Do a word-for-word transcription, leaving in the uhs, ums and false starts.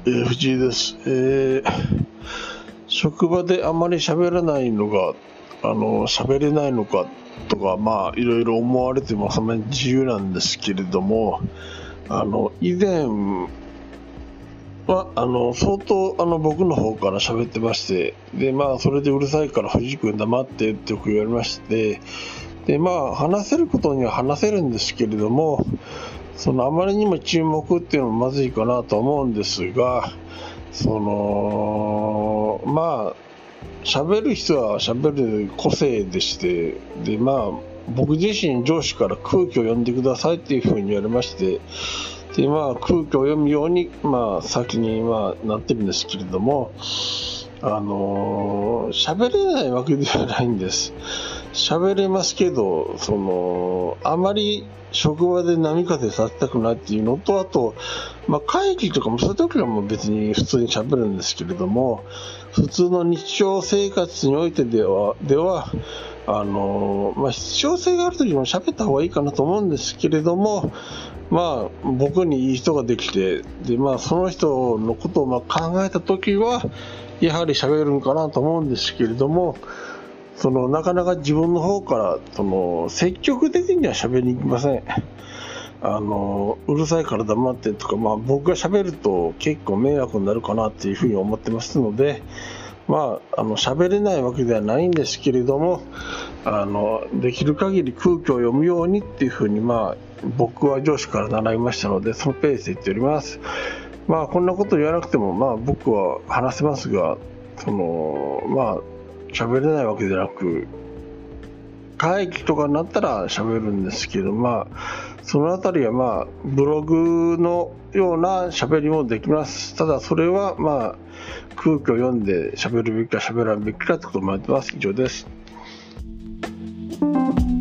えー藤井です。えー職場であまり喋らないのが、あの、喋れないのかとか、まあ、いろいろ思われても、そんなに自由なんですけれども、あの、以前は、あの、相当、あの、僕の方から喋ってまして、で、まあ、それでうるさいから藤井君黙ってってよく言われまして、で、まあ、話せることには話せるんですけれども、その、あまりにも沈黙っていうのもまずいかなと思うんですが、その、まあ、喋る人は喋る個性でして、で、まあ、僕自身上司から空気を読んでくださいっていうふうに言われまして、で、まあ、空気を読むように、まあ、先に、まあ、なってるんですけれども、あのー、喋れないわけではないんです。喋れますけど、その、あまり職場で波風立てたくないっていうのと、あと、まあ、会議とかもそういう時はもう別に普通に喋るんですけれども、普通の日常生活においてでは、では、あの、まあ、必要性がある時も喋った方がいいかなと思うんですけれども、まあ、僕にいい人ができて、で、まあ、その人のことをまあ考えた時は、やはり喋るんかなと思うんですけれども、そのなかなか自分の方からその積極的には喋りに行きません。あのうるさいから黙ってとか、まあ、僕が喋ると結構迷惑になるかなっていうふうに思ってますので、まあ、あの喋れないわけではないんですけれども、あのできる限り空気を読むようにっていうふうに、まあ、僕は上司から習いましたので、そのペースで言っております。まあ、こんなこと言わなくても、まあ、僕は話せますが、そのまあ喋れないわけでなく、会議とかになったら喋るんですけど、まあ、そのあたりはまあブログのような喋りもできます。ただそれはまあ空気を読んで喋るべきか喋らんべきかということもやってます。以上です。